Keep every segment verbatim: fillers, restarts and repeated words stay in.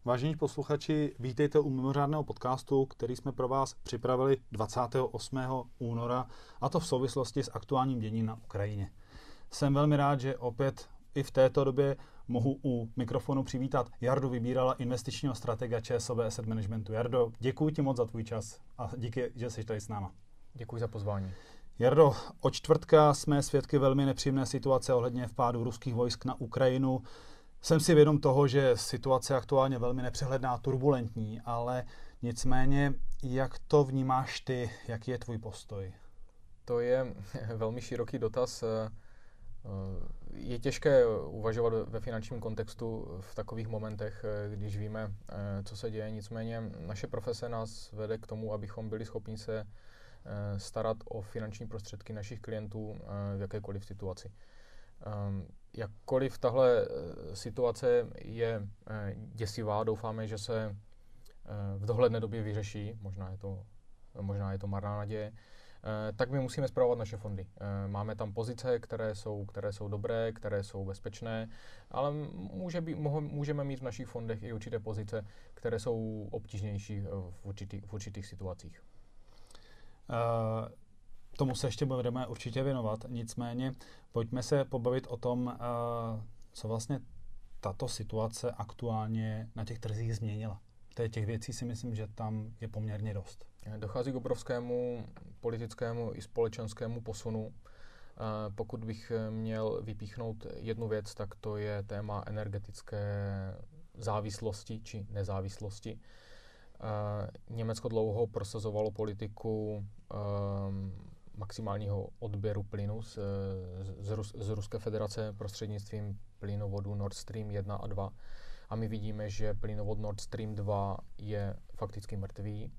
Vážení posluchači, vítejte u mimořádného podcastu, který jsme pro vás připravili dvacátého osmého února, a to v souvislosti s aktuálním děním na Ukrajině. Jsem velmi rád, že opět i v této době mohu u mikrofonu přivítat Jardu Vybírala, investičního stratega ČSOB Asset Managementu. Jardo, děkuji ti moc za tvůj čas a díky, že jsi tady s náma. Děkuji za pozvání. Jardo, od čtvrtka jsme svědky velmi nepříjemné situace ohledně vpádu ruských vojsk na Ukrajinu. Jsem si vědom toho, že situace je aktuálně velmi nepřehledná, turbulentní, ale nicméně, jak to vnímáš ty, jaký je tvůj postoj? To je velmi široký dotaz. Je těžké uvažovat ve finančním kontextu v takových momentech, když víme, co se děje. Nicméně naše profese nás vede k tomu, abychom byli schopni se starat o finanční prostředky našich klientů v jakékoliv situaci. Jakkoliv tahle situace je děsivá, doufáme, že se v dohledné době vyřeší, možná je to, možná je to marná naděje, tak my musíme spravovat naše fondy. Máme tam pozice, které jsou, které jsou dobré, které jsou bezpečné, ale může být, můžeme mít v našich fondech i určité pozice, které jsou obtížnější v určitých, v určitých situacích. Uh, tomu se ještě budeme určitě věnovat, nicméně pojďme se pobavit o tom, uh, co vlastně tato situace aktuálně na těch trzích změnila. To je těch věcí, si myslím, že tam je poměrně dost. Dochází k obrovskému politickému i společenskému posunu. Pokud bych měl vypíchnout jednu věc, tak to je téma energetické závislosti či nezávislosti. Německo dlouho prosazovalo politiku maximálního odběru plynu z, z, Rus, z Ruské federace prostřednictvím plynovodu Nord Stream jedna a dva. A my vidíme, že plynovod Nord Stream dva je fakticky mrtvý.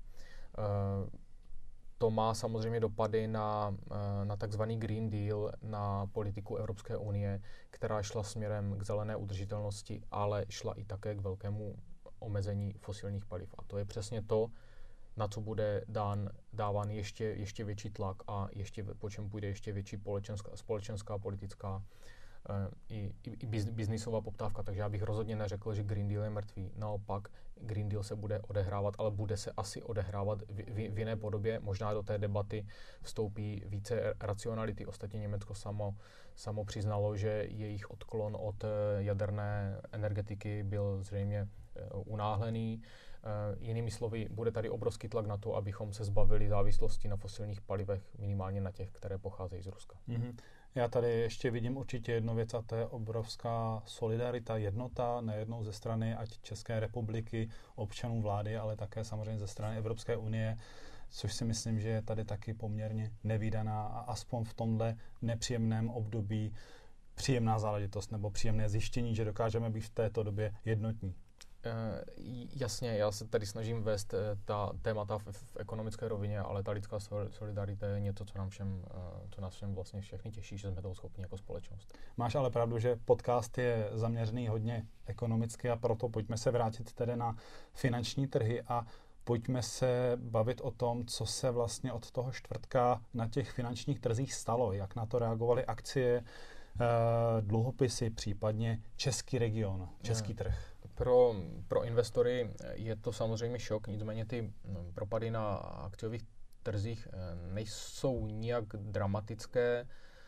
To má samozřejmě dopady na, na takzvaný Green Deal, na politiku Evropské unie, která šla směrem k zelené udržitelnosti, ale šla i také k velkému omezení fosilních paliv. A to je přesně to, na co bude dán, dáván ještě, ještě větší tlak a ještě, po čem půjde ještě větší společenská, společenská politická uh, i, i biznisová poptávka. Takže já bych rozhodně neřekl, že Green Deal je mrtvý. Naopak, Green Deal se bude odehrávat, ale bude se asi odehrávat v, v, v jiné podobě. Možná do té debaty vstoupí více racionality. Ostatně Německo samo, samo přiznalo, že jejich odklon od jaderné energetiky byl zřejmě unáhlený. Uh, jinými slovy, bude tady obrovský tlak na to, abychom se zbavili závislosti na fosilních palivech, minimálně na těch, které pocházejí z Ruska. Mm-hmm. Já tady ještě vidím určitě jednu věc, a to je obrovská solidarita, jednota, nejednou ze strany ať České republiky, občanů, vlády, ale také samozřejmě ze strany Evropské unie, což si myslím, že je tady taky poměrně nevídaná a aspoň v tomhle nepříjemném období příjemná záležitost nebo příjemné zjištění, že dokážeme být v této době jednotní. Uh, jasně, já se tady snažím vést uh, ta témata v, v ekonomické rovině, ale ta lidská solidarita je něco, co nám všem, uh, co nás všem vlastně všechny těší, že jsme toho schopni jako společnost. Máš ale pravdu, že podcast je zaměřený hodně ekonomicky, a proto pojďme se vrátit tedy na finanční trhy a pojďme se bavit o tom, co se vlastně od toho čtvrtka na těch finančních trzích stalo, jak na to reagovaly akcie, uh, dluhopisy, případně český region, český ne. trh. Pro, pro investory je to samozřejmě šok, nicméně ty propady na akciových trzích nejsou nijak dramatické.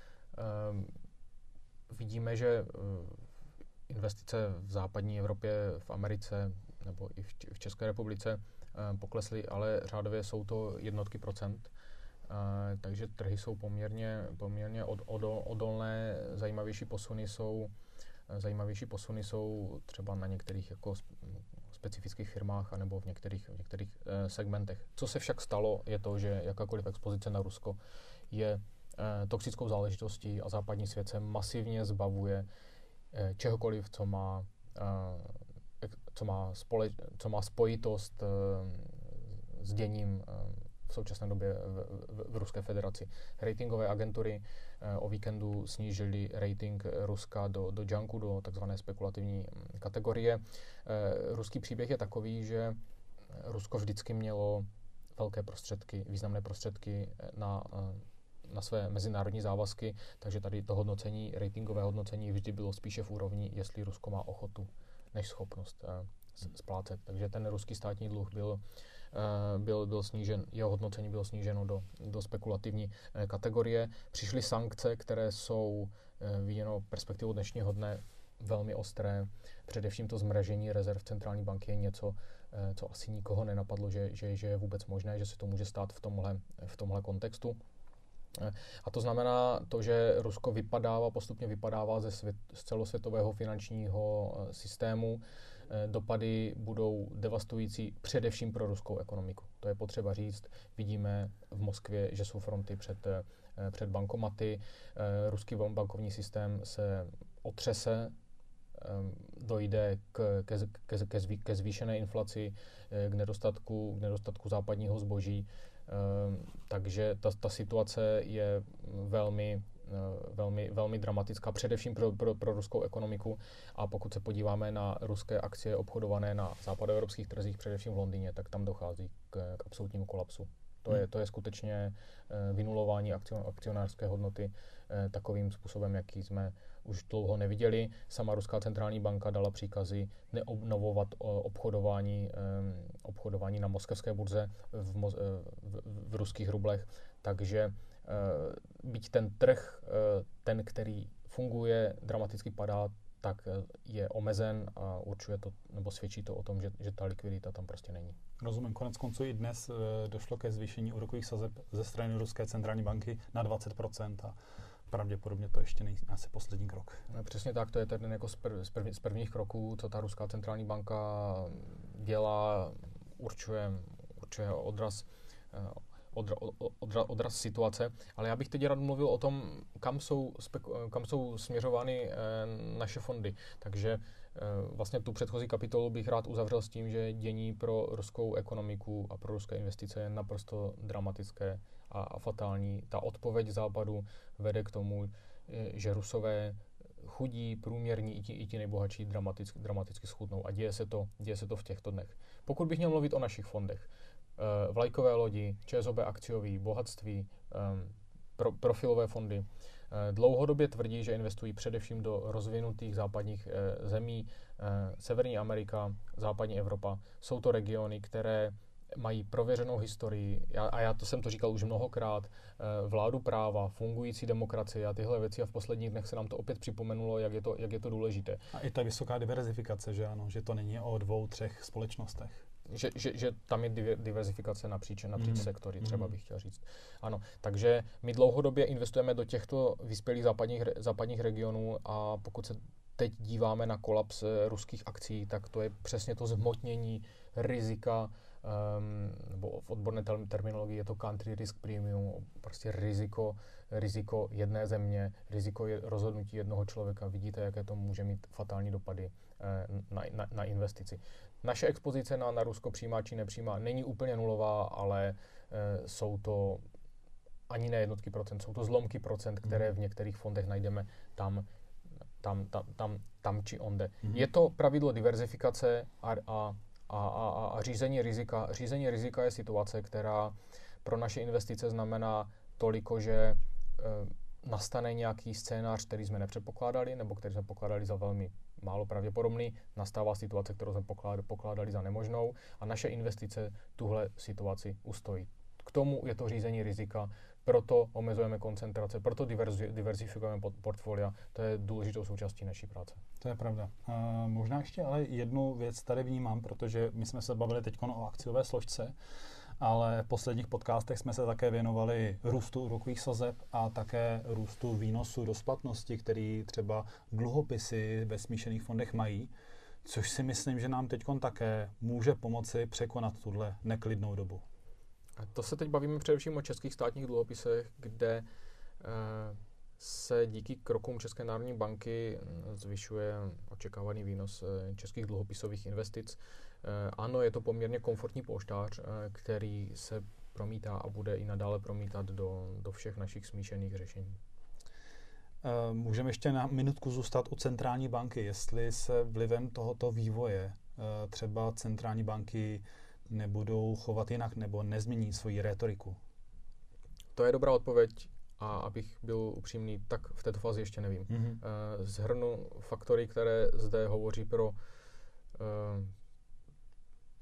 Vidíme, že investice v západní Evropě, v Americe nebo i v České republice poklesly, ale řádově jsou to jednotky procent. Takže trhy jsou poměrně, poměrně od, odol, odolné, zajímavější posuny jsou Zajímavější posuny jsou třeba na některých jako specifických firmách anebo v některých, v některých eh, segmentech. Co se však stalo, je to, že jakákoliv expozice na Rusko je eh, toxickou záležitostí a západní svět se masivně zbavuje eh, čehokoliv, co má, eh, co má, spole, co má spojitost eh, s děním eh, v současné době v, v, v Ruské federaci. Ratingové agentury eh, o víkendu snížily rating Ruska do, do junku, do takzvané spekulativní kategorie. Eh, ruský příběh je takový, že Rusko vždycky mělo velké prostředky, významné prostředky na, na své mezinárodní závazky, takže tady to hodnocení, ratingové hodnocení vždy bylo spíše v úrovni, jestli Rusko má ochotu než schopnost. splácet. Takže ten ruský státní dluh byl, byl, byl snížen, jeho hodnocení bylo sníženo do, do spekulativní kategorie. Přišly sankce, které jsou viděno perspektivou dnešního dne velmi ostré. Především to zmražení rezerv centrální banky je něco, co asi nikoho nenapadlo, že, že, že je vůbec možné, že se to může stát v tomhle, v tomhle kontextu. A to znamená to, že Rusko vypadává, postupně vypadává ze svět, z celosvětového finančního systému. Dopady budou devastující především pro ruskou ekonomiku. To je potřeba říct. Vidíme v Moskvě, že jsou fronty před, před bankomaty. Ruský bankovní systém se otřese, dojde k, ke, ke, ke, zvý, ke zvýšené inflaci, k nedostatku, k nedostatku západního zboží. Takže ta, ta situace je velmi, velmi, velmi dramatická, především pro, pro, pro ruskou ekonomiku. A pokud se podíváme na ruské akcie obchodované na západoevropských trzích, především v Londýně, tak tam dochází k, k absolutnímu kolapsu. To je, to je skutečně vynulování akcionářské hodnoty takovým způsobem, jaký jsme už dlouho neviděli. Sama Ruská centrální banka dala příkazy neobnovovat obchodování, obchodování na moskevské burze v, moz, v, v ruských rublech. Takže byť ten trh, ten, který funguje, dramaticky padá, tak je omezen a určuje to, nebo svědčí to o tom, že, že ta likvidita tam prostě není. Rozumím. Konec konců i dnes e, došlo ke zvýšení úrokových sazeb ze strany Ruské centrální banky na dvacet procent a pravděpodobně to ještě není asi poslední krok. No, přesně tak, to je ten jako z, prv, z, prv, z prvních kroků, co ta Ruská centrální banka dělá, určuje, určuje odraz, odra, odra, odraz situace. Ale já bych teď rád mluvil o tom, kam jsou, kam jsou směřovány naše fondy. Takže vlastně tu předchozí kapitolu bych rád uzavřel s tím, že dění pro ruskou ekonomiku a pro ruské investice je naprosto dramatické a, a fatální. Ta odpověď Západu vede k tomu, že Rusové chudí, průměrní i ti, i ti nejbohatší dramaticky, dramaticky schudnou. A děje se, to, děje se to v těchto dnech. Pokud bych měl mluvit o našich fondech, vlajkové lodi, ČSOB akciový, bohatství, pro, profilové fondy, dlouhodobě tvrdí, že investují především do rozvinutých západních eh, zemí, eh, Severní Amerika, západní Evropa. Jsou to regiony, které mají prověřenou historii, já, a já to jsem to říkal už mnohokrát, eh, vládu práva, fungující demokracie a tyhle věci a v posledních dnech se nám to opět připomenulo, jak je to, jak je to důležité. A i ta vysoká diverzifikace, že ano, že to není o dvou, třech společnostech. Že, že, že tam je diverzifikace napříč, napříč mm. sektory, třeba bych chtěl říct. Ano, takže my dlouhodobě investujeme do těchto vyspělých západních, západních regionů a pokud se teď díváme na kolaps ruských akcí, tak to je přesně to zhmotnění rizika, um, nebo v odborné terminologii je to country risk premium, prostě riziko, riziko jedné země, riziko je rozhodnutí jednoho člověka. Vidíte, jaké to může mít fatální dopady na, na, na investici. Naše expozice na, na Rusko přímá či nepřímá není úplně nulová, ale e, jsou to ani ne jednotky procent, jsou to zlomky procent, které v některých fondech najdeme tam, tam, tam, tam, tam či onde. Mm-hmm. Je to pravidlo diverzifikace a, a, a, a, a řízení rizika. Řízení rizika je situace, která pro naše investice znamená toliko, že e, nastane nějaký scénář, který jsme nepředpokládali, nebo který jsme pokládali za velmi málo pravděpodobný, nastává situace, kterou jsme pokládali za nemožnou a naše investice tuhle situaci ustojí. K tomu je to řízení rizika, proto omezujeme koncentrace, proto diverzi, diverzifikujeme portfolia. To je důležitou součástí naší práce. To je pravda. Uh, možná ještě ale jednu věc tady vnímám, protože my jsme se bavili teď o akciové složce, ale v posledních podcastech jsme se také věnovali růstu úrokových sazeb a také růstu výnosu do splatnosti, který třeba dluhopisy ve smíšených fondech mají, což si myslím, že nám teď také může pomoci překonat tuhle neklidnou dobu. A to se teď bavíme především o českých státních dluhopisech, kde eh, se díky krokům České národní banky zvyšuje očekávaný výnos českých dluhopisových investic. Ano, je to poměrně komfortní polštář, který se promítá a bude i nadále promítat do, do všech našich smíšených řešení. Můžeme ještě na minutku zůstat u centrální banky, jestli se vlivem tohoto vývoje třeba centrální banky nebudou chovat jinak nebo nezmění svoji rétoriku. To je dobrá odpověď a abych byl upřímný, tak v této fázi ještě nevím. Mm-hmm. Zhrnu faktory, které zde hovoří pro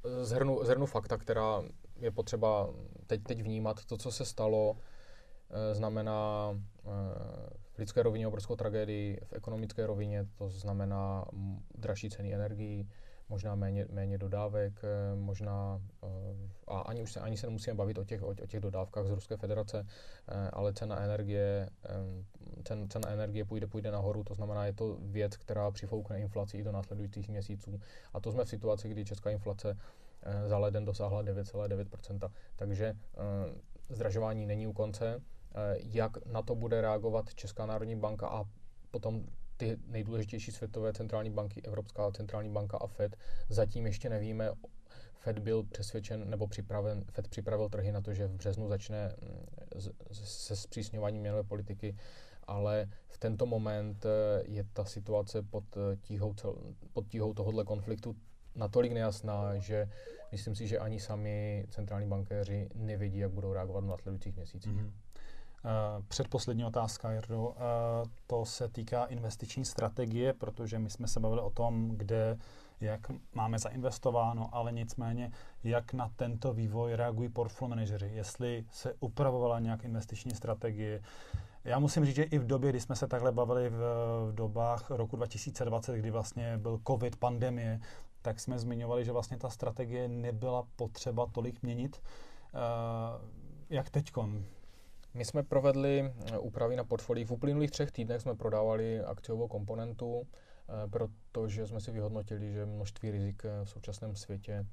zhrnu, zhrnu fakta, která je potřeba teď, teď vnímat. To, co se stalo, znamená v lidské rovině obrovskou tragédii, v ekonomické rovině to znamená dražší ceny energií, možná méně, méně dodávek, možná, a ani už se, ani se nemusíme bavit o těch, o, o těch dodávkách z Ruské federace, ale cena energie, cen, cena energie půjde, půjde nahoru, to znamená, je to věc, která přifoukne inflaci i do následujících měsíců. A to jsme v situaci, kdy česká inflace za leden dosáhla devět celá devět procenta. Takže zdražování není u konce. Jak na to bude reagovat Česká národní banka a potom ty nejdůležitější světové centrální banky, Evropská centrální banka a Fed, zatím ještě nevíme. Fed byl přesvědčen nebo připraven, Fed připravil trhy na to, že v březnu začne se zpřísňováním měnové politiky, ale v tento moment je ta situace pod tíhou, cel, pod tíhou tohoto konfliktu natolik nejasná, že myslím si, že ani sami centrální bankéři nevědí, jak budou reagovat v následujících měsících. Mm-hmm. Uh, předposlední otázka, Jirdo. Uh, to se týká investiční strategie, protože my jsme se bavili o tom, kde, jak máme zainvestováno, ale nicméně, jak na tento vývoj reagují portfolio manažeři, jestli se upravovala nějak investiční strategie. Já musím říct, že i v době, kdy jsme se takhle bavili v, v dobách roku dva tisíce dvacet, kdy vlastně byl covid, pandemie, tak jsme zmiňovali, že vlastně ta strategie nebyla potřeba tolik měnit. Uh, jak teďkon? My jsme provedli úpravy na portfoliích. V uplynulých třech týdnech jsme prodávali akciovou komponentu, protože jsme si vyhodnotili, že množství rizik v současném světě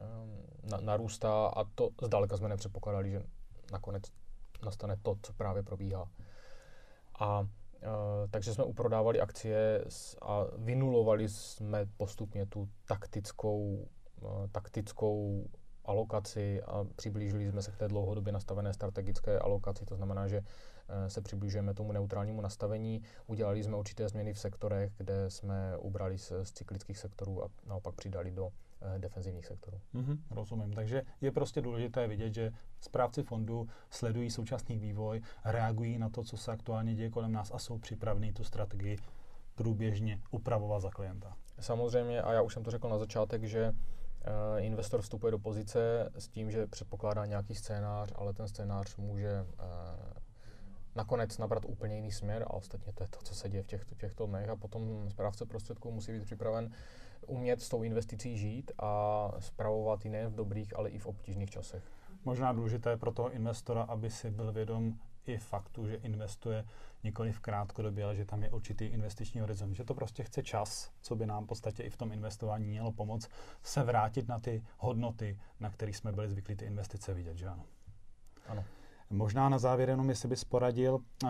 narůstá a to zdaleka jsme nepředpokládali, že nakonec nastane to, co právě probíhá. A takže jsme uprodávali akcie a vynulovali jsme postupně tu taktickou, taktickou alokaci a přiblížili jsme se k té dlouhodobě nastavené strategické alokaci, to znamená, že se přibližujeme tomu neutrálnímu nastavení. Udělali jsme určité změny v sektorech, kde jsme ubrali z, z cyklických sektorů a naopak přidali do eh, defenzivních sektorů. Mm-hmm, rozumím. Takže je prostě důležité vidět, že správci fondu sledují současný vývoj, reagují na to, co se aktuálně děje kolem nás a jsou připraveni tu strategii průběžně upravovat za klienta. Samozřejmě, a já už jsem to řekl na začátek, že Uh, investor vstupuje do pozice s tím, že předpokládá nějaký scénář, ale ten scénář může uh, nakonec nabrat úplně jiný směr a ostatně to je to, co se děje v těchto, těchto dnech a potom správce prostředků musí být připraven umět s tou investicí žít a spravovat ji nejen v dobrých, ale i v obtížných časech. Možná důležité pro toho investora, aby si byl vědom i faktu, že investuje nikoli v krátkodobě, ale že tam je určitý investiční horizont. Že to prostě chce čas, co by nám v podstatě i v tom investování mělo pomoct se vrátit na ty hodnoty, na kterých jsme byli zvyklí ty investice vidět, že ano? Ano. Možná na závěr jenom, jestli bys poradil uh,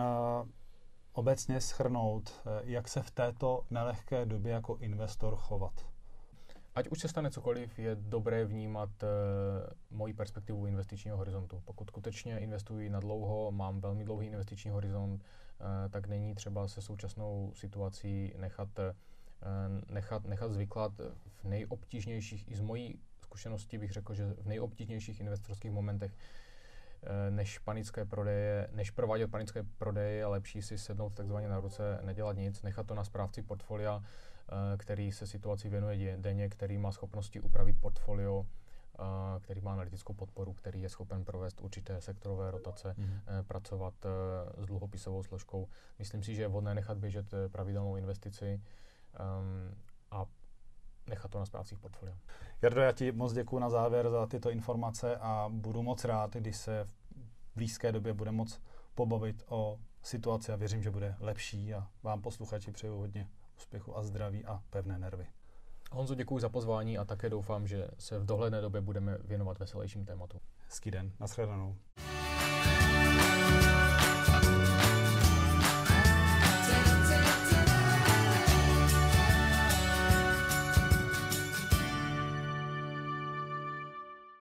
obecně shrnout, uh, jak se v této nelehké době jako investor chovat. Ať už se stane cokoliv, je dobré vnímat uh, moji perspektivu investičního horizontu. Pokud skutečně investuji na dlouho, mám velmi dlouhý investiční horizont, uh, tak není třeba se současnou situací nechat, uh, nechat, nechat zvyklat v nejobtížnějších, i z mojí zkušenosti bych řekl, že v nejobtížnějších investorských momentech uh, než panické prodeje, než provádět panické prodeje, je lepší si sednout takzvaně na ruce, nedělat nic, nechat to na správci portfolia, který se situaci věnuje denně, který má schopnosti upravit portfolio, který má analytickou podporu, který je schopen provést určité sektorové rotace, mm. pracovat s dluhopisovou složkou. Myslím si, že je vhodné nechat běžet pravidelnou investici um, a nechat to na správcích portfolia. Jardo, já ti moc děkuji na závěr za tyto informace a budu moc rád, když se v blízké době bude moc pobavit o situaci a věřím, že bude lepší a vám posluchači přeju hodně úspěchu a zdraví a pevné nervy. Honzo, děkuji za pozvání a také doufám, že se v dohledné době budeme věnovat veselějším tématům. Hezký den, nashledanou.